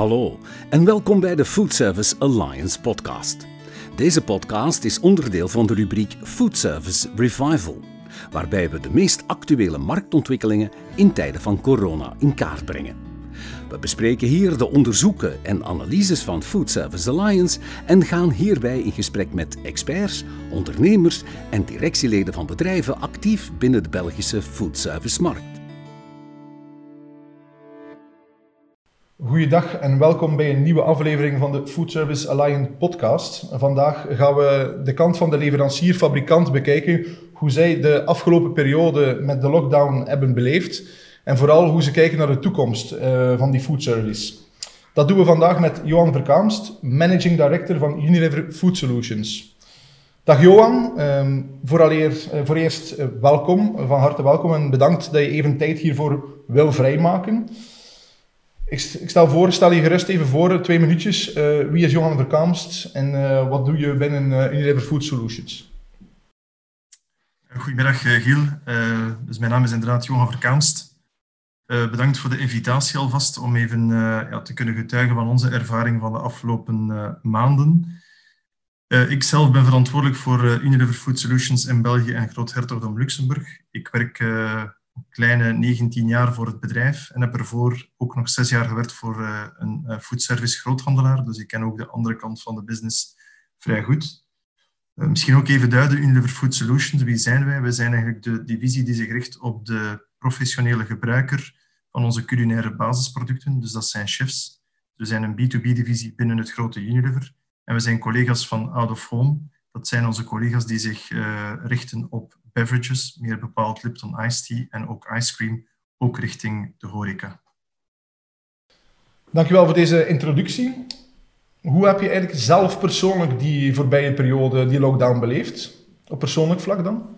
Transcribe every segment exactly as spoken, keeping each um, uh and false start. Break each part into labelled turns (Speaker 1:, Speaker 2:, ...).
Speaker 1: Hallo en welkom bij de Food Service Alliance podcast. Deze podcast is onderdeel van de rubriek Food Service Revival, waarbij we de meest actuele marktontwikkelingen in tijden van corona in kaart brengen. We bespreken hier de onderzoeken en analyses van Food Service Alliance en gaan hierbij in gesprek met experts, ondernemers en directieleden van bedrijven actief binnen de Belgische foodservice-markt.
Speaker 2: Goeiedag en welkom bij een nieuwe aflevering van de Food Service Alliance podcast. Vandaag gaan we de kant van de leverancier-fabrikant bekijken, hoe zij de afgelopen periode met de lockdown hebben beleefd en vooral hoe ze kijken naar de toekomst uh, van die food service. Dat doen we vandaag met Johan Verkaamst, Managing Director van Unilever Food Solutions. Dag Johan, um, vooraleer, uh, voor eerst uh, welkom, van harte welkom en bedankt dat je even tijd hiervoor wil vrijmaken. Ik stel voor, stel je gerust even voor, twee minuutjes. Uh, wie is Johan Verkaamst en uh, wat doe je binnen uh, Unilever Food Solutions?
Speaker 3: Goedemiddag Giel, uh, dus mijn naam is inderdaad Johan Verkaamst. Uh, bedankt voor de invitatie alvast om even uh, ja, te kunnen getuigen van onze ervaring van de afgelopen uh, maanden. Uh, ik zelf ben verantwoordelijk voor uh, Unilever Food Solutions in België en Groot-Hertogdom Luxemburg. Ik werk uh, een kleine negentien jaar voor het bedrijf en heb ervoor ook nog zes jaar gewerkt voor uh, een uh, foodservice groothandelaar. Dus ik ken ook de andere kant van de business vrij goed. Uh, misschien ook even duiden, Unilever Food Solutions, wie zijn wij? Wij zijn eigenlijk de divisie die zich richt op de professionele gebruiker van onze culinaire basisproducten. Dus dat zijn chefs. We zijn een B twee B divisie binnen het grote Unilever. En we zijn collega's van Out of Home. Dat zijn onze collega's die zich uh, richten op beverages, meer bepaald Lipton Iced Tea en ook ice cream, ook richting de horeca.
Speaker 2: Dankjewel voor deze introductie. Hoe heb je eigenlijk zelf persoonlijk die voorbije periode, die lockdown beleefd? Op persoonlijk vlak dan?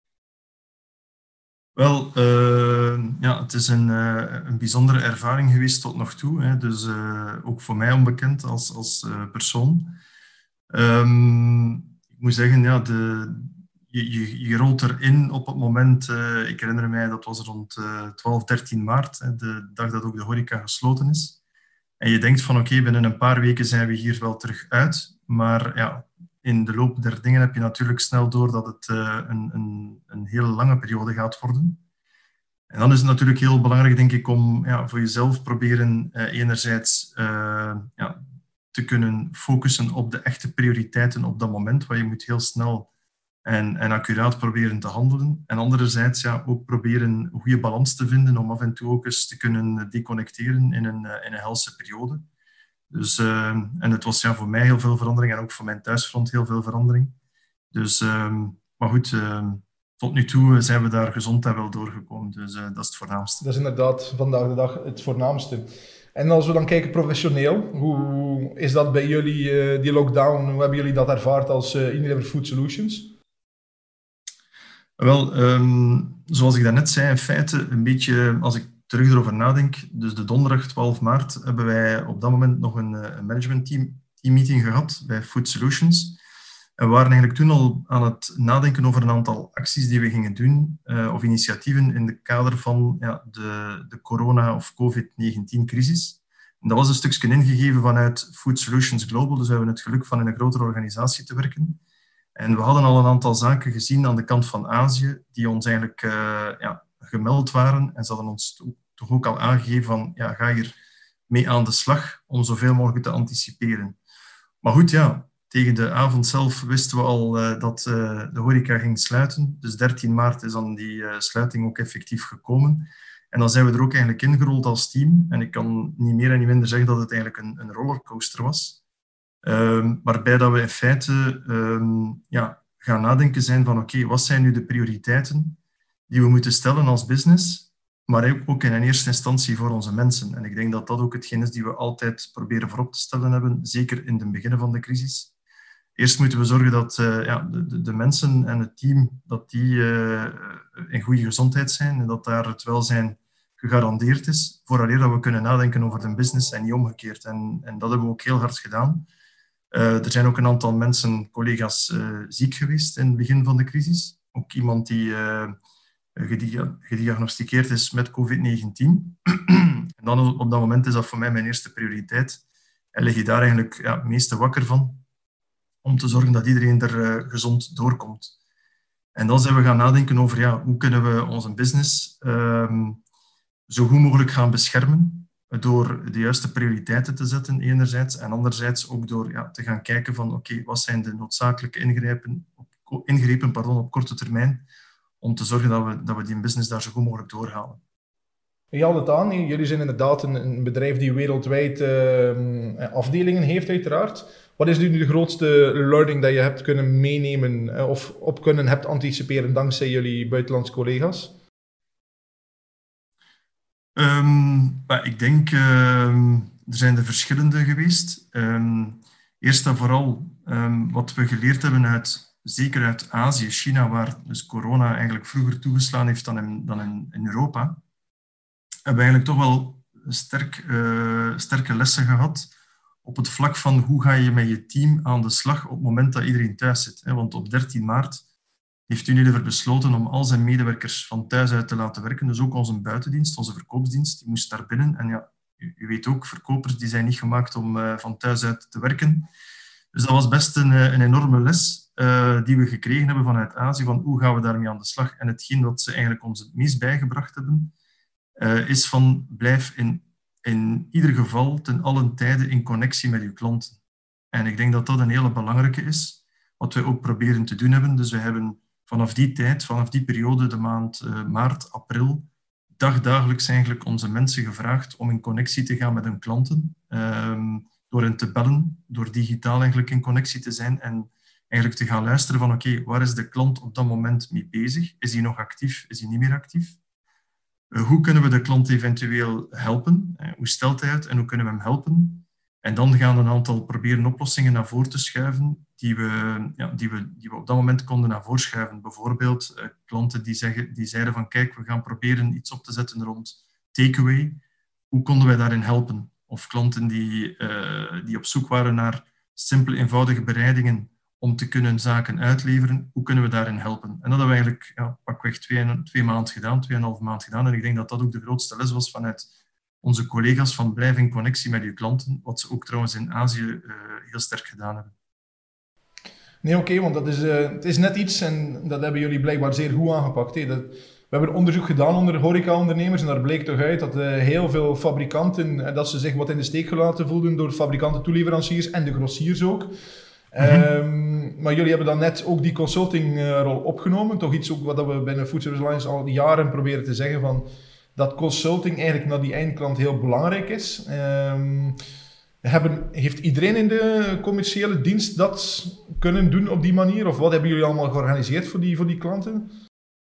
Speaker 3: Wel, uh, ja, het is een, uh, een bijzondere ervaring geweest tot nog toe. Hè. Dus uh, ook voor mij onbekend als, als uh, persoon. Um, ik moet zeggen, ja, de, je, je, je rolt erin op het moment, uh, ik herinner mij, dat was rond uh, twaalf, dertien maart, hè, de dag dat ook de horeca gesloten is. En je denkt van oké, okay, binnen een paar weken zijn we hier wel terug uit. Maar ja, in de loop der dingen heb je natuurlijk snel door dat het uh, een, een, een hele lange periode gaat worden. En dan is het natuurlijk heel belangrijk, denk ik, om ja, voor jezelf proberen uh, enerzijds uh, ja, te kunnen focussen op de echte prioriteiten op dat moment, waar je moet heel snel en, en accuraat proberen te handelen. En anderzijds ja, ook proberen een goede balans te vinden om af en toe ook eens te kunnen deconnecteren in een, in een helse periode. Dus, uh, en het was ja, voor mij heel veel verandering en ook voor mijn thuisfront heel veel verandering. Dus, uh, maar goed, uh, tot nu toe zijn we daar gezond en wel doorgekomen. Dus uh, dat is het voornaamste.
Speaker 2: Dat is inderdaad vandaag de dag het voornaamste. En als we dan kijken professioneel, hoe is dat bij jullie, uh, die lockdown, hoe hebben jullie dat ervaard als uh, Unilever Food Solutions?
Speaker 3: Wel, um, zoals ik daarnet zei, in feite een beetje, als ik terug erover nadenk, dus de donderdag twaalf maart hebben wij op dat moment nog een, een management team, team meeting gehad bij Food Solutions. En we waren eigenlijk toen al aan het nadenken over een aantal acties die we gingen doen, uh, of initiatieven in het kader van ja, de, de corona- of covid negentien crisis. En dat was een stukje ingegeven vanuit Food Solutions Global, dus we hebben het geluk van in een grotere organisatie te werken. En we hadden al een aantal zaken gezien aan de kant van Azië, die ons eigenlijk uh, ja, gemeld waren. En ze hadden ons toch ook al aangegeven van, ja, ga hier mee aan de slag om zoveel mogelijk te anticiperen. Maar goed, ja, tegen de avond zelf wisten we al uh, dat uh, de horeca ging sluiten. Dus dertien maart is dan die uh, sluiting ook effectief gekomen. En dan zijn we er ook eigenlijk ingerold als team. En ik kan niet meer en niet minder zeggen dat het eigenlijk een, een rollercoaster was. Um, waarbij dat we in feite um, ja, gaan nadenken zijn van oké, okay, wat zijn nu de prioriteiten die we moeten stellen als business, maar ook in eerste instantie voor onze mensen. En ik denk dat dat ook hetgeen is die we altijd proberen voorop te stellen hebben, zeker in het begin van de crisis. Eerst moeten we zorgen dat uh, ja, de, de mensen en het team dat die, uh, in goede gezondheid zijn en dat daar het welzijn gegarandeerd is, vooraleer dat we kunnen nadenken over de business en niet omgekeerd. En, en dat hebben we ook heel hard gedaan. Uh, er zijn ook een aantal mensen, collega's, uh, ziek geweest in het begin van de crisis. Ook iemand die uh, gedia- gediagnosticeerd is met covid negentien. En dan op dat moment is dat voor mij mijn eerste prioriteit. En lig je daar eigenlijk ja, het meeste wakker van, om te zorgen dat iedereen er uh, gezond doorkomt. En dan zijn we gaan nadenken over ja, hoe kunnen we onze business um, zo goed mogelijk gaan beschermen, door de juiste prioriteiten te zetten enerzijds, en anderzijds ook door ja, te gaan kijken van oké, okay, wat zijn de noodzakelijke ingrepen, op, ingrepen pardon, op korte termijn, om te zorgen dat we, dat we die business daar zo goed mogelijk doorhalen.
Speaker 2: Je had het aan, jullie zijn inderdaad een, een bedrijf die wereldwijd uh, afdelingen heeft uiteraard. Wat is nu de grootste learning dat je hebt kunnen meenemen uh, of op kunnen hebt anticiperen dankzij jullie buitenlandse collega's?
Speaker 3: Um, ik denk, uh, er zijn er verschillende geweest. Um, eerst en vooral, um, wat we geleerd hebben uit, zeker uit Azië, China, waar dus corona eigenlijk vroeger toegeslaan heeft dan in, dan in, in Europa, hebben we eigenlijk toch wel sterk, uh, sterke lessen gehad op het vlak van hoe ga je met je team aan de slag op het moment dat iedereen thuis zit. Want op dertien maart heeft Unilever besloten om al zijn medewerkers van thuis uit te laten werken. Dus ook onze buitendienst, onze verkoopsdienst, die moest daar binnen. En ja, u, u weet ook, verkopers die zijn niet gemaakt om uh, van thuis uit te werken. Dus dat was best een, een enorme les uh, die we gekregen hebben vanuit Azië, van hoe gaan we daarmee aan de slag. En hetgeen wat ze eigenlijk ons het meest bijgebracht hebben, uh, is van blijf in, in ieder geval ten allen tijde in connectie met uw klanten. En ik denk dat dat een hele belangrijke is, wat wij ook proberen te doen hebben. Dus we hebben vanaf die tijd, vanaf die periode, de maand uh, maart, april, dagdagelijks eigenlijk onze mensen gevraagd om in connectie te gaan met hun klanten. Um, door hen te bellen, door digitaal eigenlijk in connectie te zijn en eigenlijk te gaan luisteren van oké, okay, waar is de klant op dat moment mee bezig? Is hij nog actief? Is hij niet meer actief? Uh, hoe kunnen we de klant eventueel helpen? Uh, hoe stelt hij uit en hoe kunnen we hem helpen? En dan gaan we een aantal proberen oplossingen naar voren te schuiven die we, ja, die we, die we op dat moment konden naar voren schuiven. Bijvoorbeeld uh, klanten die, zeggen, die zeiden van kijk, we gaan proberen iets op te zetten rond takeaway. Hoe konden wij daarin helpen? Of klanten die, uh, die op zoek waren naar simpele, eenvoudige bereidingen om te kunnen zaken uitleveren. Hoe kunnen we daarin helpen? En dat hebben we eigenlijk ja, pakweg twee, twee maanden gedaan, tweeënhalve maand gedaan. En ik denk dat dat ook de grootste les was vanuit onze collega's van blijf in connectie met uw klanten, wat ze ook trouwens in Azië uh, heel sterk gedaan hebben.
Speaker 2: Nee, oké, okay, want dat is, uh, het is net iets, en dat hebben jullie blijkbaar zeer goed aangepakt. Hè? Dat, we hebben onderzoek gedaan onder horeca-ondernemers en daar bleek toch uit dat uh, heel veel fabrikanten, uh, dat ze zich wat in de steek gelaten voelden door fabrikanten, toeleveranciers en de grossiers ook. Mm-hmm. Um, maar jullie hebben dan net ook die consultingrol uh, opgenomen, toch iets ook wat we binnen Food Service Alliance al jaren proberen te zeggen van dat consulting eigenlijk naar die eindklant heel belangrijk is. Um, hebben, heeft iedereen in de commerciële dienst dat kunnen doen op die manier? Of wat hebben jullie allemaal georganiseerd voor die, voor die klanten?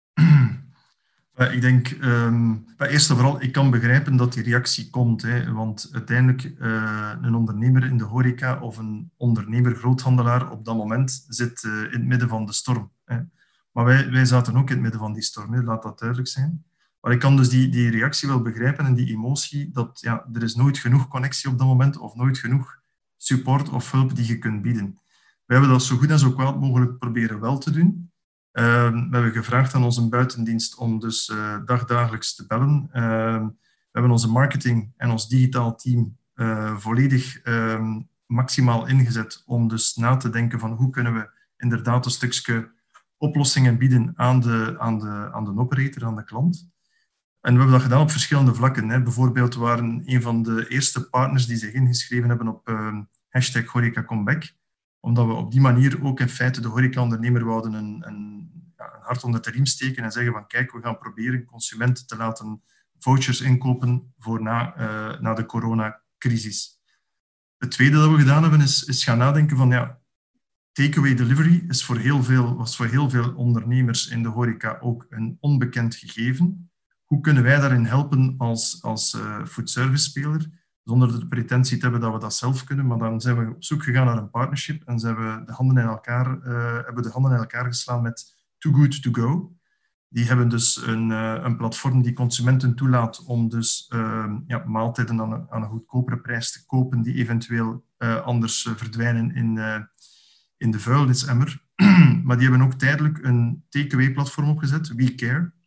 Speaker 3: Ik denk, um, eerst en vooral, ik kan begrijpen dat die reactie komt. Hè, want uiteindelijk, uh, een ondernemer in de horeca of een ondernemer-groothandelaar op dat moment zit uh, in het midden van de storm. Hè. Maar wij, wij zaten ook in het midden van die storm, hè, laat dat duidelijk zijn. Maar ik kan dus die, die reactie wel begrijpen en die emotie, dat ja, er is nooit genoeg connectie op dat moment of nooit genoeg support of hulp die je kunt bieden. We hebben dat zo goed en zo kwaad mogelijk proberen wel te doen. Uh, we hebben gevraagd aan onze buitendienst om dus uh, dagdagelijks te bellen. Uh, we hebben onze marketing en ons digitaal team uh, volledig uh, maximaal ingezet om dus na te denken van hoe kunnen we inderdaad een stukje oplossingen bieden aan de, aan de, aan de operator, aan de klant. En we hebben dat gedaan op verschillende vlakken. Hè. Bijvoorbeeld, we waren een van de eerste partners die zich ingeschreven hebben op uh, hashtag Horeca Comeback. Omdat we op die manier ook in feite de horeca-ondernemer wouden een, een, ja, een hart onder de riem steken en zeggen van kijk, we gaan proberen consumenten te laten vouchers inkopen voor na, uh, na de coronacrisis. Het tweede dat we gedaan hebben is, is gaan nadenken van ja, takeaway delivery is voor heel veel, was voor heel veel ondernemers in de horeca ook een onbekend gegeven. Hoe kunnen wij daarin helpen als, als uh, foodservice-speler, zonder de pretentie te hebben dat we dat zelf kunnen, maar dan zijn we op zoek gegaan naar een partnership en zijn we de handen in elkaar, uh, hebben de handen in elkaar geslaan met Too Good To Go. Die hebben dus een, uh, een platform die consumenten toelaat om dus uh, ja, maaltijden aan een, aan een goedkopere prijs te kopen die eventueel uh, anders uh, verdwijnen in, uh, in de vuilnisemmer. Maar die hebben ook tijdelijk een takeaway-platform opgezet, WeCare,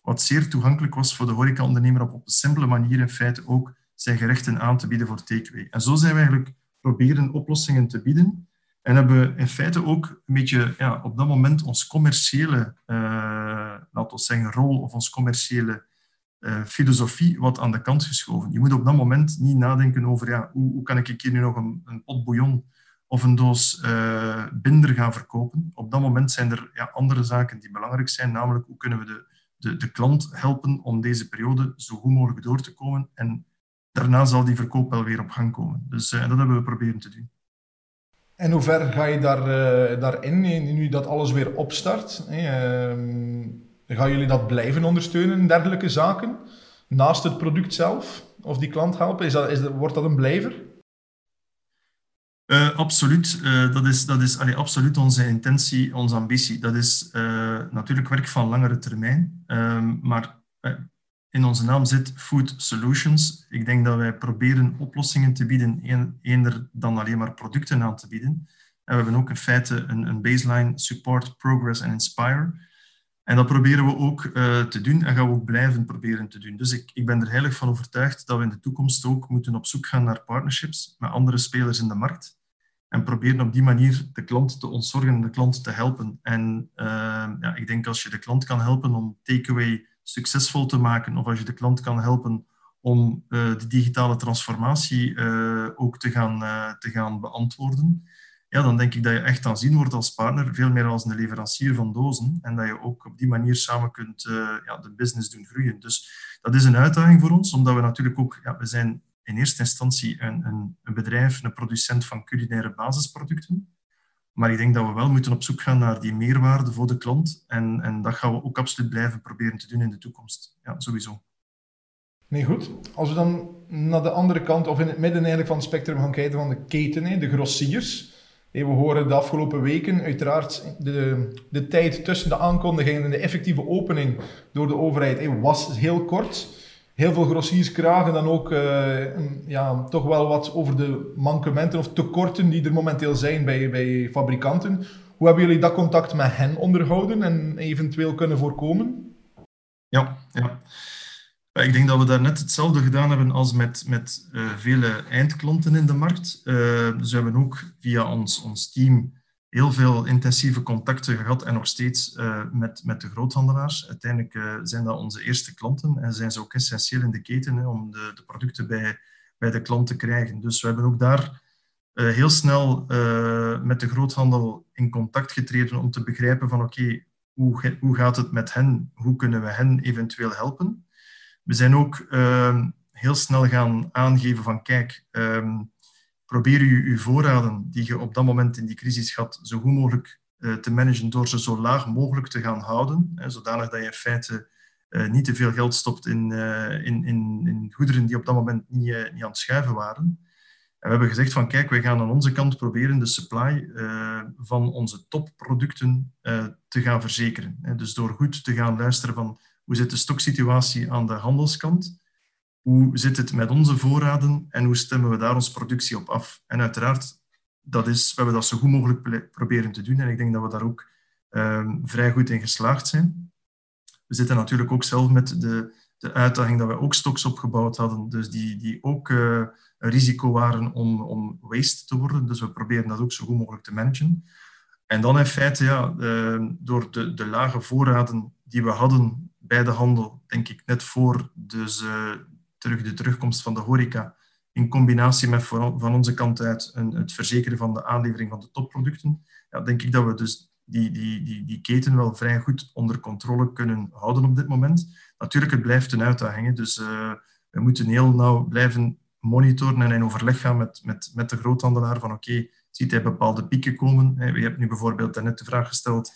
Speaker 3: wat zeer toegankelijk was voor de horecaondernemer om op een simpele manier in feite ook zijn gerechten aan te bieden voor takeaway. En zo zijn we eigenlijk proberen oplossingen te bieden. En hebben we in feite ook een beetje ja, op dat moment ons commerciële, uh, laten we zeggen, rol of ons commerciële uh, filosofie wat aan de kant geschoven. Je moet op dat moment niet nadenken over ja, hoe, hoe kan ik hier nu nog een, een pot bouillon of een doos uh, binder gaan verkopen. Op dat moment zijn er ja, andere zaken die belangrijk zijn, namelijk hoe kunnen we de, de, de klant helpen om deze periode zo goed mogelijk door te komen. En daarna zal die verkoop wel weer op gang komen. Dus uh, dat hebben we proberen te doen.
Speaker 2: En hoe ver ga je daar, uh, daarin, nu dat alles weer opstart? Hey, uh, gaan jullie dat blijven ondersteunen, dergelijke zaken? Naast het product zelf? Of die klant helpen? Is dat, is dat, wordt dat een blijver?
Speaker 3: Uh, absoluut. Uh, dat is, dat is allee, absoluut onze intentie, onze ambitie. Dat is uh, natuurlijk werk van langere termijn. Uh, maar uh, in onze naam zit Food Solutions. Ik denk dat wij proberen oplossingen te bieden, eender dan alleen maar producten aan te bieden. En we hebben ook in feite een, een baseline Support, Progress en Inspire. En dat proberen we ook uh, te doen en gaan we ook blijven proberen te doen. Dus ik, ik ben er heilig van overtuigd dat we in de toekomst ook moeten op zoek gaan naar partnerships met andere spelers in de markt. En proberen op die manier de klant te ontzorgen en de klant te helpen. En uh, ja, ik denk als je de klant kan helpen om takeaway succesvol te maken, of als je de klant kan helpen om uh, de digitale transformatie uh, ook te gaan, uh, te gaan beantwoorden, ja, dan denk ik dat je echt aanzien wordt als partner, veel meer als een leverancier van dozen, en dat je ook op die manier samen kunt uh, ja, de business doen groeien. Dus dat is een uitdaging voor ons, omdat we natuurlijk ook, ja, we zijn in eerste instantie een, een, een bedrijf, een producent van culinaire basisproducten. Maar ik denk dat we wel moeten op zoek gaan naar die meerwaarde voor de klant. En, en dat gaan we ook absoluut blijven proberen te doen in de toekomst. Ja, sowieso.
Speaker 2: Nee, goed. Als we dan naar de andere kant, of in het midden eigenlijk van het spectrum gaan kijken van de keten, de grossiers. We horen de afgelopen weken uiteraard de, de tijd tussen de aankondiging en de effectieve opening door de overheid was heel kort. Heel veel grossiers kragen dan ook uh, ja, toch wel wat over de mankementen of tekorten die er momenteel zijn bij, bij fabrikanten. Hoe hebben jullie dat contact met hen onderhouden en eventueel kunnen voorkomen?
Speaker 3: Ja, ja. Ik denk dat we daar net hetzelfde gedaan hebben als met, met uh, vele eindklanten in de markt. Uh, dus we hebben ook via ons, ons team heel veel intensieve contacten gehad en nog steeds uh, met, met de groothandelaars. Uiteindelijk uh, zijn dat onze eerste klanten en zijn ze ook essentieel in de keten hè, om de, de producten bij, bij de klant te krijgen. Dus we hebben ook daar uh, heel snel uh, met de groothandel in contact getreden om te begrijpen van oké, okay, hoe, hoe gaat het met hen? Hoe kunnen we hen eventueel helpen? We zijn ook uh, heel snel gaan aangeven van kijk, um, probeer je uw voorraden die je op dat moment in die crisis had, zo goed mogelijk uh, te managen door ze zo laag mogelijk te gaan houden, hè, zodanig dat je in feite uh, niet te veel geld stopt in, uh, in, in, in goederen die op dat moment niet, uh, niet aan het schuiven waren. En we hebben gezegd van kijk, wij gaan aan onze kant proberen de supply uh, van onze topproducten uh, te gaan verzekeren. Hè. Dus door goed te gaan luisteren van hoe zit de stoksituatie aan de handelskant, hoe zit het met onze voorraden en hoe stemmen we daar onze productie op af. En uiteraard, dat is, we hebben dat zo goed mogelijk proberen te doen en ik denk dat we daar ook uh, vrij goed in geslaagd zijn. We zitten natuurlijk ook zelf met de, de uitdaging dat we ook stocks opgebouwd hadden, dus die, die ook uh, een risico waren om, om waste te worden. Dus we proberen dat ook zo goed mogelijk te managen. En dan in feite, ja, uh, door de, de lage voorraden die we hadden bij de handel, denk ik net voor dus, uh, terug de terugkomst van de horeca, in combinatie met van onze kant uit een, het verzekeren van de aanlevering van de topproducten, ja, denk ik dat we dus die, die, die, die keten wel vrij goed onder controle kunnen houden op dit moment. Natuurlijk, het blijft een uitdaging, dus uh, we moeten heel nauw blijven monitoren en in overleg gaan met, met, met de groothandelaar van oké, okay, ziet hij bepaalde pieken komen? Je hebt nu bijvoorbeeld net de vraag gesteld,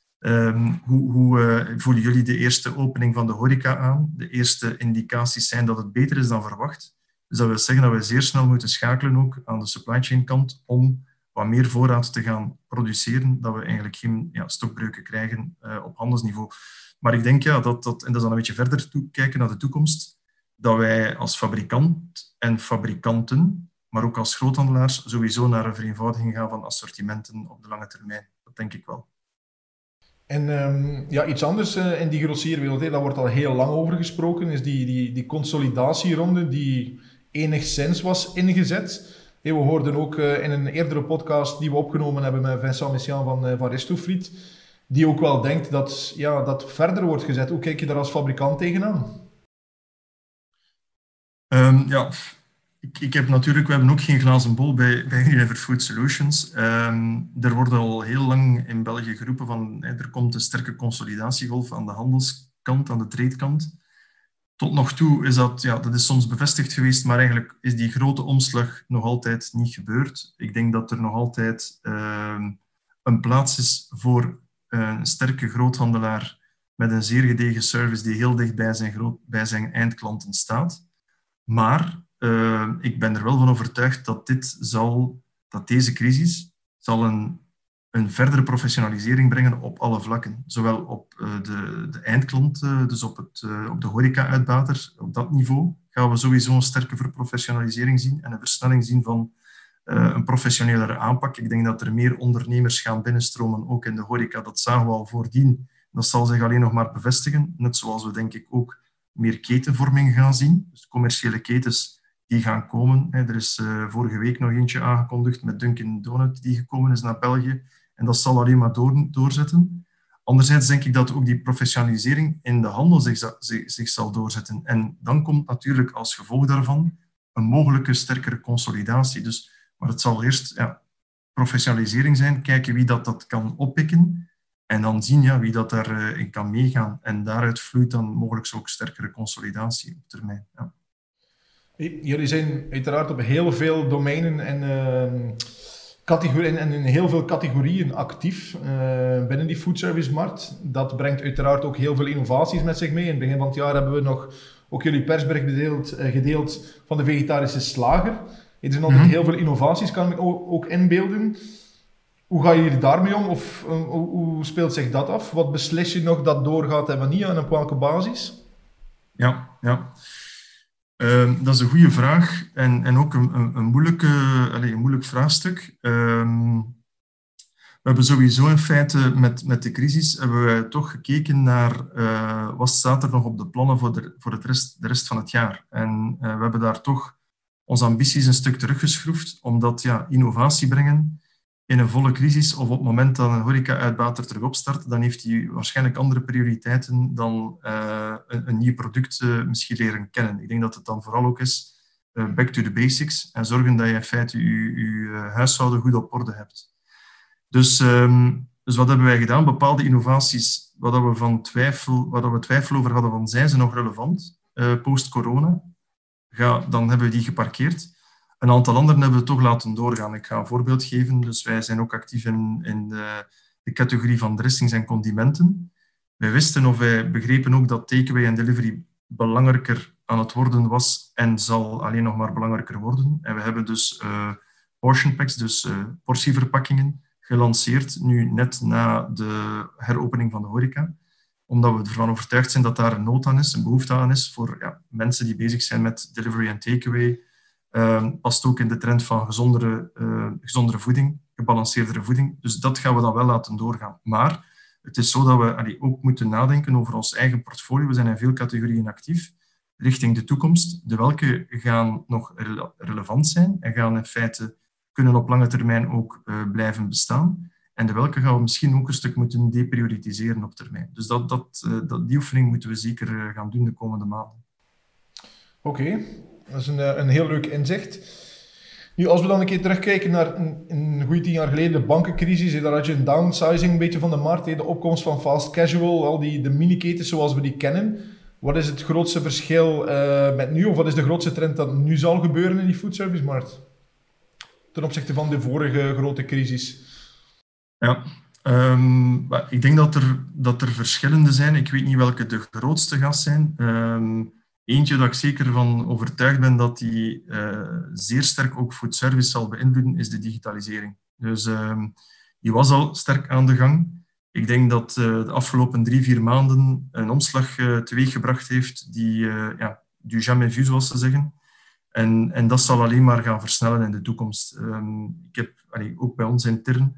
Speaker 3: um, hoe, hoe uh, voelen jullie de eerste opening van de horeca aan? De eerste indicaties zijn dat het beter is dan verwacht. Dus dat wil zeggen dat we zeer snel moeten schakelen ook aan de supply chain kant om wat meer voorraad te gaan produceren, dat we eigenlijk geen ja, stokbreuken krijgen uh, op handelsniveau. Maar ik denk ja, dat, dat, en dat is dan een beetje verder toe, kijken naar de toekomst, dat wij als fabrikant en fabrikanten, maar ook als groothandelaars, sowieso naar een vereenvoudiging gaan van assortimenten op de lange termijn. Dat denk ik wel.
Speaker 2: En um, ja, iets anders uh, in die grossierwereld, hè, daar wordt al heel lang over gesproken, is die, die, die consolidatieronde die enigszins was ingezet. Hey, we hoorden ook uh, in een eerdere podcast die we opgenomen hebben met Vincent Messiaen van, uh, van Restofriet, die ook wel denkt dat ja, dat verder wordt gezet. Hoe kijk je daar als fabrikant tegenaan?
Speaker 3: Um, ja, ik, ik heb natuurlijk, we hebben ook geen glazen bol bij, bij Unilever Food Solutions. Um, er wordt al heel lang in België geroepen van er komt een sterke consolidatiegolf aan de handelskant, aan de tradekant. Tot nog toe is dat, ja, dat is soms bevestigd geweest, maar eigenlijk is die grote omslag nog altijd niet gebeurd. Ik denk dat er nog altijd uh, een plaats is voor een sterke groothandelaar met een zeer gedegen service die heel dicht bij zijn, groot, bij zijn eindklanten staat. Maar uh, ik ben er wel van overtuigd dat, dit zal, dat deze crisis zal een, een verdere professionalisering brengen op alle vlakken. Zowel op uh, de, de eindklant, uh, dus op, het, uh, op de horeca-uitbater, op dat niveau gaan we sowieso een sterke verprofessionalisering zien en een versnelling zien van uh, een professionelere aanpak. Ik denk dat er meer ondernemers gaan binnenstromen, ook in de horeca. Dat zagen we al voordien. Dat zal zich alleen nog maar bevestigen. Net zoals we denk ik ook meer ketenvorming gaan zien. Dus commerciële ketens die gaan komen. Er is uh, vorige week nog eentje aangekondigd met Dunkin' Donut die gekomen is naar België. En dat zal alleen maar door, doorzetten. Anderzijds denk ik dat ook die professionalisering in de handel zich, zich, zich zal doorzetten. En dan komt natuurlijk als gevolg daarvan een mogelijke sterkere consolidatie. Dus, maar het zal eerst ja, professionalisering zijn, kijken wie dat, dat kan oppikken. En dan zien ja, wie dat daarin uh, kan meegaan. En daaruit vloeit dan mogelijk ook sterkere consolidatie op termijn. Ja.
Speaker 2: Jullie zijn uiteraard op heel veel domeinen en, uh, categorieën, en in heel veel categorieën actief uh, binnen die foodservice-markt. Dat brengt uiteraard ook heel veel innovaties met zich mee. In het begin van het jaar hebben we nog ook jullie persbericht bedeeld, uh, gedeeld van de vegetarische slager. Er zijn altijd mm-hmm. heel veel innovaties, kan ik ook, ook inbeelden. Hoe gaan jullie daarmee om? Of uh, hoe, hoe speelt zich dat af? Wat beslis je nog dat doorgaat en wanneer en op welke basis?
Speaker 3: Ja, ja. Uh, dat is een goede vraag en, en ook een, een, een, moeilijke, allez, een moeilijk vraagstuk. Uh, we hebben sowieso in feite met, met de crisis hebben we toch gekeken naar uh, wat staat er nog op de plannen voor de, voor het rest, de rest van het jaar. En uh, we hebben daar toch onze ambities een stuk teruggeschroefd, omdat ja, innovatie brengen in een volle crisis of op het moment dat een horeca-uitbater terug opstart, dan heeft hij waarschijnlijk andere prioriteiten dan uh, een, een nieuw product uh, misschien leren kennen. Ik denk dat het dan vooral ook is uh, back to the basics en zorgen dat je in feite je, je huishouden goed op orde hebt. Dus, um, dus wat hebben wij gedaan? Bepaalde innovaties waar we, van twijfel, waar we twijfel over hadden, van zijn ze nog relevant uh, post-corona? Ja, dan hebben we die geparkeerd. Een aantal anderen hebben we toch laten doorgaan. Ik ga een voorbeeld geven. Dus wij zijn ook actief in, in de, de categorie van dressings en condimenten. Wij wisten of wij begrepen ook dat takeaway en delivery belangrijker aan het worden was en zal alleen nog maar belangrijker worden. En we hebben dus uh, portion packs, dus uh, portieverpakkingen, gelanceerd, nu net na de heropening van de horeca. Omdat we ervan overtuigd zijn dat daar een nood aan is, een behoefte aan is voor ja, mensen die bezig zijn met delivery en takeaway. Uh, past ook in de trend van gezondere, uh, gezondere voeding, gebalanceerdere voeding. Dus dat gaan we dan wel laten doorgaan. Maar het is zo dat we allee, ook moeten nadenken over ons eigen portfolio. We zijn in veel categorieën actief richting de toekomst. De welke gaan nog rele- relevant zijn en gaan in feite kunnen op lange termijn ook uh, blijven bestaan. En de welke gaan we misschien ook een stuk moeten deprioritiseren op termijn. Dus dat, dat, uh, dat, die oefening moeten we zeker uh, gaan doen de komende maanden.
Speaker 2: Oké. Okay. Dat is een, een heel leuk inzicht. Nu, als we dan een keer terugkijken naar een, een goede tien jaar geleden, de bankencrisis, daar had je een downsizing een beetje van de markt, de opkomst van fast casual, al die de miniketens zoals we die kennen. Wat is het grootste verschil uh, met nu, of wat is de grootste trend dat nu zal gebeuren in die foodservice-markt? Ten opzichte van de vorige grote crisis.
Speaker 3: Ja, um, ik denk dat er, dat er verschillende zijn. Ik weet niet welke de grootste gaat zijn. Um, Eentje dat ik zeker van overtuigd ben dat die uh, zeer sterk ook foodservice zal beïnvloeden, is de digitalisering. Dus uh, die was al sterk aan de gang. Ik denk dat uh, de afgelopen drie, vier maanden een omslag uh, teweeggebracht heeft die uh, ja, du jamais vu, zoals ze zeggen. En, en dat zal alleen maar gaan versnellen in de toekomst. Um, ik heb allee, ook bij ons intern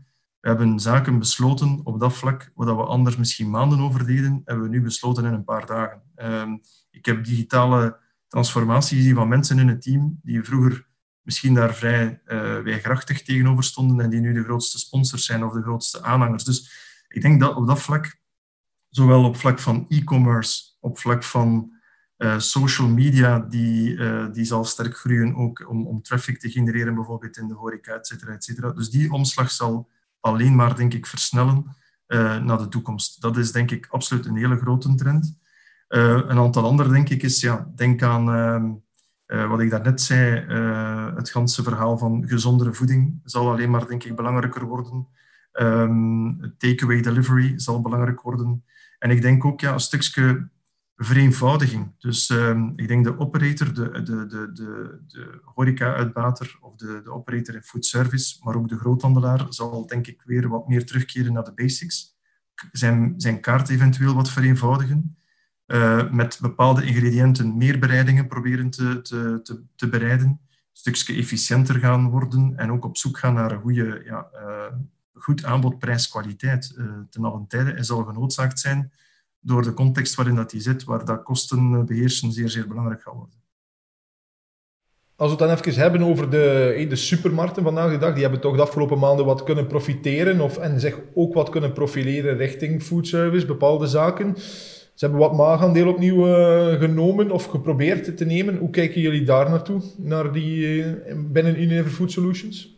Speaker 3: We hebben zaken besloten op dat vlak, waar we anders misschien maanden over deden, hebben we nu besloten in een paar dagen. Um, ik heb digitale transformaties gezien van mensen in het team die vroeger misschien daar vrij uh, weigerachtig tegenover stonden en die nu de grootste sponsors zijn of de grootste aanhangers. Dus ik denk dat op dat vlak, zowel op vlak van e-commerce, op vlak van uh, social media, die, uh, die zal sterk groeien ook om, om traffic te genereren, bijvoorbeeld in de horeca, et cetera, et cetera. Dus die omslag zal alleen maar, denk ik, versnellen uh, naar de toekomst. Dat is, denk ik, absoluut een hele grote trend. Uh, een aantal andere, denk ik, is, ja, denk aan uh, uh, wat ik daarnet zei, uh, het ganse verhaal van gezondere voeding zal alleen maar, denk ik, belangrijker worden. Um, takeaway delivery zal belangrijk worden. En ik denk ook, ja, een stukje vereenvoudiging. Dus um, ik denk de operator, de, de, de, de, de horeca-uitbater of de, de operator in food service, maar ook de groothandelaar, zal, denk ik, weer wat meer terugkeren naar de basics. Zijn, zijn kaart eventueel wat vereenvoudigen. Uh, met bepaalde ingrediënten meer bereidingen proberen te, te, te, te bereiden. Een stukje efficiënter gaan worden en ook op zoek gaan naar een goede, ja, uh, goed aanbod, prijs, kwaliteit. Uh, ten allen tijde en zal genoodzaakt zijn door de context waarin dat die zit, waar dat kosten beheersen zeer, zeer belangrijk gaat worden.
Speaker 2: Als we het dan even hebben over de, de supermarkten vandaag de dag, die hebben toch de afgelopen maanden wat kunnen profiteren of, en zich ook wat kunnen profileren richting foodservice, bepaalde zaken. Ze hebben wat marktaandeel opnieuw uh, genomen of geprobeerd te nemen. Hoe kijken jullie daar naartoe, naar die, uh, binnen Unilever Food Solutions?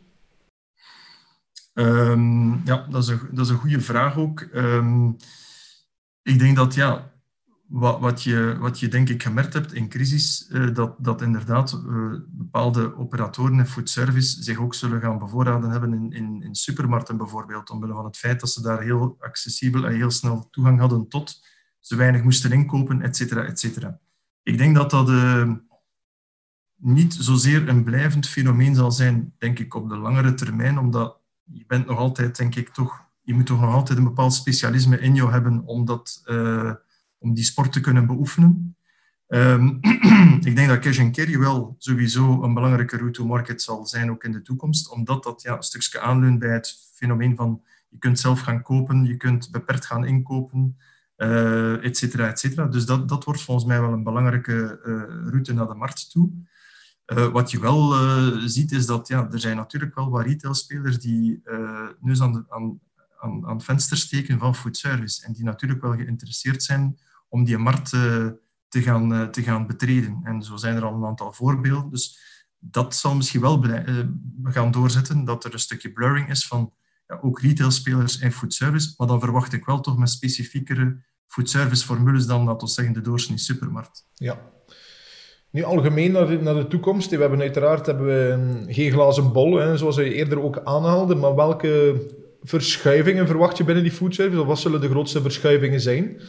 Speaker 3: Um, ja, dat is, een, dat is een goede vraag ook. Um, ik denk dat, ja, wat, wat, je, wat je denk ik gemerkt hebt in crisis, uh, dat, dat inderdaad uh, bepaalde operatoren in foodservice zich ook zullen gaan bevoorraden hebben in, in, in supermarkten bijvoorbeeld, omwille van het feit dat ze daar heel accessibel en heel snel toegang hadden tot, ze weinig moesten inkopen, et cetera, et cetera. Ik denk dat dat uh, niet zozeer een blijvend fenomeen zal zijn, denk ik, op de langere termijn, omdat je bent nog altijd, denk ik, toch, je moet toch nog altijd een bepaald specialisme in jou hebben om, dat, uh, om die sport te kunnen beoefenen. Um, ik denk dat cash and carry wel sowieso een belangrijke route to market zal zijn, ook in de toekomst, omdat dat, ja, een stukje aanleunt bij het fenomeen van je kunt zelf gaan kopen, je kunt beperkt gaan inkopen, uh, et cetera, et cetera. Dus dat, dat wordt volgens mij wel een belangrijke uh, route naar de markt toe. Uh, wat je wel uh, ziet, is dat ja, er zijn natuurlijk wel wat retailspelers die uh, neus aan, de, aan, aan, aan het venster steken van foodservice en die natuurlijk wel geïnteresseerd zijn om die markt uh, te, gaan, uh, te gaan betreden. En zo zijn er al een aantal voorbeelden. Dus dat zal misschien wel blij, uh, gaan doorzetten, dat er een stukje blurring is van ja, ook retailspelers en foodservice, maar dan verwacht ik wel toch met specifiekere foodservice-formules dan, laten we zeggen, de doorsnee supermarkt.
Speaker 2: Ja. Nu, algemeen naar de, naar de toekomst. We hebben uiteraard hebben we geen glazen bol, hè, zoals je eerder ook aanhaalde. Maar welke verschuivingen verwacht je binnen die foodservice? Of wat zullen de grootste verschuivingen zijn?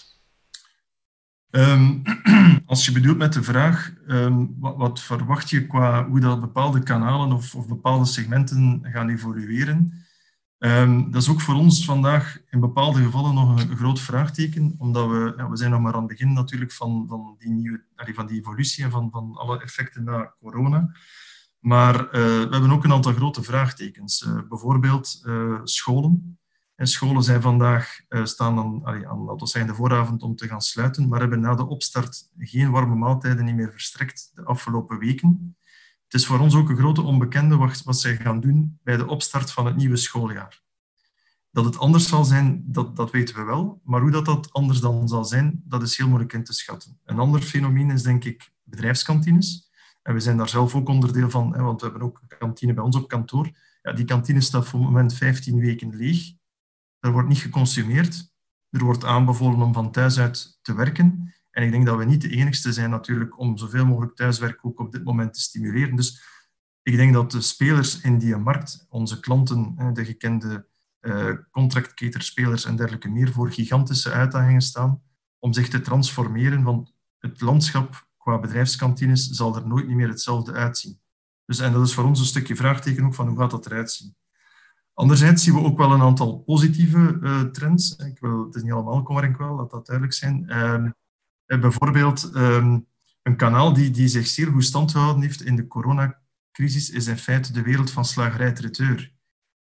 Speaker 3: Um, als je bedoelt met de vraag, um, wat, wat verwacht je qua hoe dat bepaalde kanalen of, of bepaalde segmenten gaan evolueren? Um, dat is ook voor ons vandaag in bepaalde gevallen nog een, een groot vraagteken, omdat we, ja, we zijn nog maar aan het begin natuurlijk van, van, die, nieuwe, van die evolutie en van, van alle effecten na corona. Maar uh, we hebben ook een aantal grote vraagtekens. Uh, bijvoorbeeld uh, scholen. En scholen zijn vandaag, uh, staan dan, allee, aan laten we zeggen, de vooravond om te gaan sluiten, maar hebben na de opstart geen warme maaltijden niet meer verstrekt de afgelopen weken. Het is voor ons ook een grote onbekende wat, wat zij gaan doen bij de opstart van het nieuwe schooljaar. Dat het anders zal zijn, dat, dat weten we wel. Maar hoe dat, dat anders dan zal zijn, dat is heel moeilijk in te schatten. Een ander fenomeen is, denk ik, bedrijfskantines. En we zijn daar zelf ook onderdeel van, hè, want we hebben ook een kantine bij ons op kantoor. Ja, die kantine staat voor het moment vijftien weken leeg. Er wordt niet geconsumeerd. Er wordt aanbevolen om van thuis uit te werken. En ik denk dat we niet de enigste zijn natuurlijk om zoveel mogelijk thuiswerk ook op dit moment te stimuleren. Dus ik denk dat de spelers in die markt, onze klanten, de gekende uh, contract-caterspelers en dergelijke meer, voor gigantische uitdagingen staan om zich te transformeren. Want het landschap qua bedrijfskantines zal er nooit meer hetzelfde uitzien. Dus, en dat is voor ons een stukje vraagteken ook van hoe gaat dat eruit zien. Anderzijds zien we ook wel een aantal positieve uh, trends. Ik wil, het is niet allemaal kommer en kwel, laat dat duidelijk zijn. Uh, Bijvoorbeeld um, een kanaal die, die zich zeer goed stand gehouden heeft in de coronacrisis is in feite de wereld van slagerij traiteur.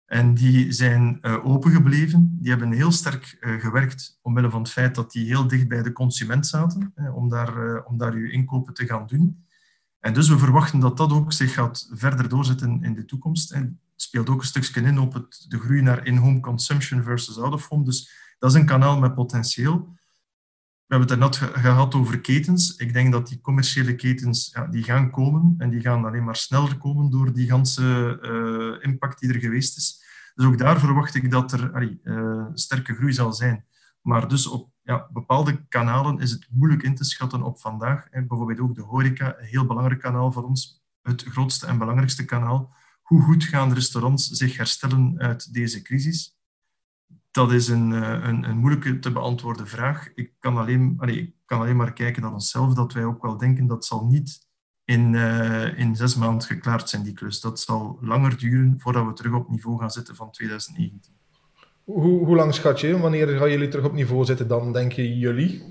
Speaker 3: En die zijn uh, open gebleven. Die hebben heel sterk uh, gewerkt omwille van het feit dat die heel dicht bij de consument zaten, eh, om, daar, uh, om daar uw inkopen te gaan doen. En dus we verwachten dat dat ook zich gaat verder doorzetten in de toekomst. En het speelt ook een stukje in op het, de groei naar in-home consumption versus out-of-home. Dus dat is een kanaal met potentieel. We hebben het er net ge- gehad over ketens. Ik denk dat die commerciële ketens ja, die gaan komen en die gaan alleen maar sneller komen door die ganse uh, impact die er geweest is. Dus ook daar verwacht ik dat er allee, uh, sterke groei zal zijn. Maar dus op ja, bepaalde kanalen is het moeilijk in te schatten op vandaag. En bijvoorbeeld ook de horeca, een heel belangrijk kanaal voor ons, het grootste en belangrijkste kanaal. Hoe goed gaan restaurants zich herstellen uit deze crisis? Dat is een, een, een moeilijke te beantwoorden vraag. Ik kan, alleen, allez, ik kan alleen maar kijken naar onszelf, dat wij ook wel denken dat zal niet in, uh, in zes maanden geklaard zijn, die klus. Dat zal langer duren voordat we terug op niveau gaan zitten van twintig negentien.
Speaker 2: Hoe, hoe lang schat je? Wanneer gaan jullie terug op niveau zitten dan, denken jullie?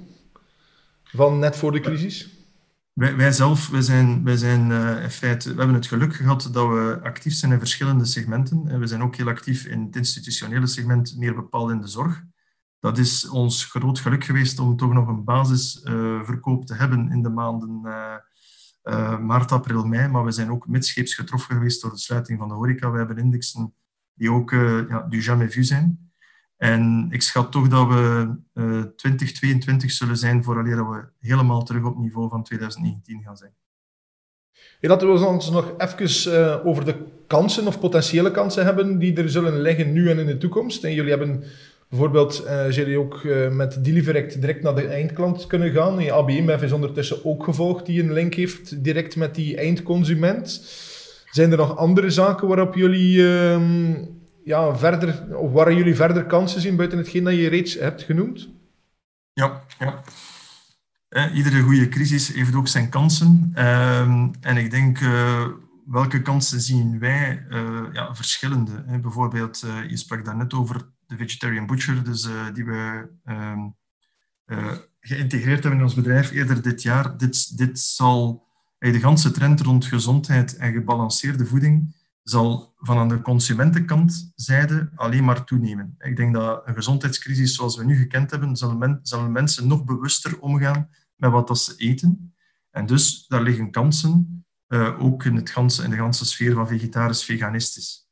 Speaker 2: Van net voor de crisis?
Speaker 3: Wij, wij zelf, wij zijn, wij zijn uh, in feite, we hebben het geluk gehad dat we actief zijn in verschillende segmenten. En we zijn ook heel actief in het institutionele segment, meer bepaald in de zorg. Dat is ons groot geluk geweest om toch nog een basisverkoop uh, te hebben in de maanden uh, uh, maart, april, mei. Maar we zijn ook midscheeps getroffen geweest door de sluiting van de horeca. We hebben indexen die ook uh, ja, du jamais vu zijn. En ik schat toch dat we uh, twintig tweeëntwintig zullen zijn vooraleer we helemaal terug op niveau van twintig negentien gaan zijn.
Speaker 2: Ja, laten we ons nog even uh, over de kansen of potentiële kansen hebben die er zullen liggen nu en in de toekomst. En jullie hebben bijvoorbeeld uh, jullie ook uh, met Deliverect direct naar de eindklant kunnen gaan. En A B InBev is ondertussen ook gevolgd die een link heeft direct met die eindconsument. Zijn er nog andere zaken waarop jullie... Uh, Ja, verder, of waar jullie verder kansen zien buiten hetgeen dat je reeds hebt genoemd?
Speaker 3: Ja, ja. Eh, iedere goede crisis heeft ook zijn kansen. Uh, en ik denk, uh, welke kansen zien wij? Uh, ja, verschillende. Hè. Bijvoorbeeld, uh, je sprak daarnet over de Vegetarian Butcher, dus, uh, die we uh, uh, geïntegreerd hebben in ons bedrijf eerder dit jaar. Dit, dit zal, uh, de ganse trend rond gezondheid en gebalanceerde voeding zal van aan de consumentenkant zijde alleen maar toenemen. Ik denk dat een gezondheidscrisis zoals we nu gekend hebben, zullen, men, zullen mensen nog bewuster omgaan met wat dat ze eten. En dus, daar liggen kansen, uh, ook in, het ganse, in de ganse sfeer van vegetarisch-veganistisch.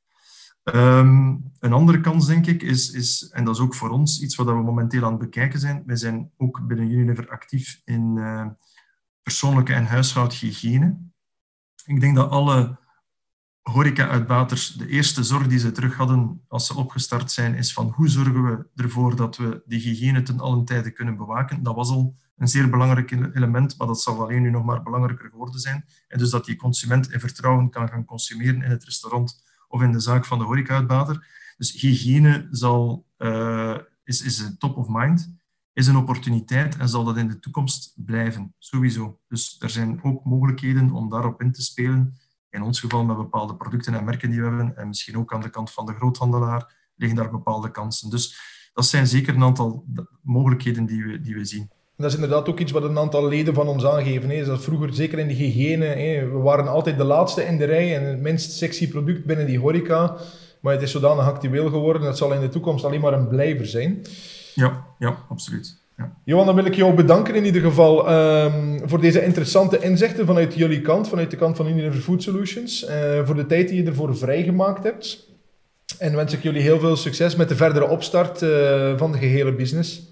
Speaker 3: Um, een andere kans, denk ik, is, is, en dat is ook voor ons iets wat we momenteel aan het bekijken zijn, wij zijn ook binnen Unilever actief in uh, persoonlijke en huishoudhygiëne. Ik denk dat alle horeca-uitbaters, de eerste zorg die ze terug hadden als ze opgestart zijn, is van hoe zorgen we ervoor dat we die hygiëne ten allen tijde kunnen bewaken. Dat was al een zeer belangrijk element, maar dat zal alleen nu nog maar belangrijker geworden zijn. En dus dat die consument in vertrouwen kan gaan consumeren in het restaurant of in de zaak van de horeca-uitbater. Dus hygiëne zal, uh, is, is een top of mind, is een opportuniteit en zal dat in de toekomst blijven, sowieso. Dus er zijn ook mogelijkheden om daarop in te spelen. In ons geval met bepaalde producten en merken die we hebben. En misschien ook aan de kant van de groothandelaar liggen daar bepaalde kansen. Dus dat zijn zeker een aantal mogelijkheden die we, die we zien.
Speaker 2: Dat is inderdaad ook iets wat een aantal leden van ons aangeven. Hè. Dat vroeger, zeker in de hygiëne, hè. We waren altijd de laatste in de rij en het minst sexy product binnen die horeca. Maar het is zodanig actueel geworden. Het zal in de toekomst alleen maar een blijver zijn.
Speaker 3: Ja, ja, absoluut. Ja.
Speaker 2: Johan, dan wil ik jou bedanken in ieder geval um, voor deze interessante inzichten vanuit jullie kant, vanuit de kant van Unilever Food Solutions, uh, voor de tijd die je ervoor vrijgemaakt hebt. En wens ik jullie heel veel succes met de verdere opstart uh, van de gehele business.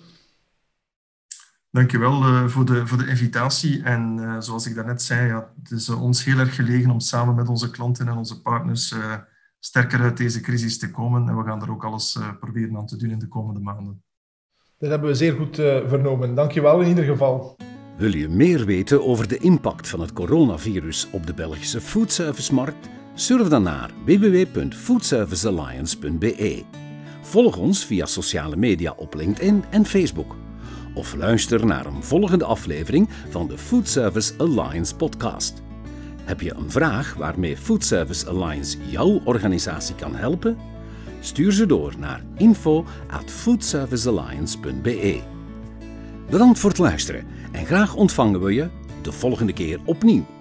Speaker 3: Dankjewel uh, voor, de, voor de invitatie. En uh, zoals ik daarnet zei, ja, het is uh, ons heel erg gelegen om samen met onze klanten en onze partners uh, sterker uit deze crisis te komen. En we gaan er ook alles uh, proberen aan te doen in de komende maanden.
Speaker 2: Dat hebben we zeer goed uh, vernomen. Dankjewel in ieder geval.
Speaker 1: Wil je meer weten over de impact van het coronavirus op de Belgische foodservice-markt? Surf dan naar w w w punt foodservice alliance punt b e. Volg ons via sociale media op LinkedIn en Facebook. Of luister naar een volgende aflevering van de Food Service Alliance podcast. Heb je een vraag waarmee Food Service Alliance jouw organisatie kan helpen? Stuur ze door naar info at foodservice alliance punt b e. Bedankt voor het luisteren en graag ontvangen we je de volgende keer opnieuw.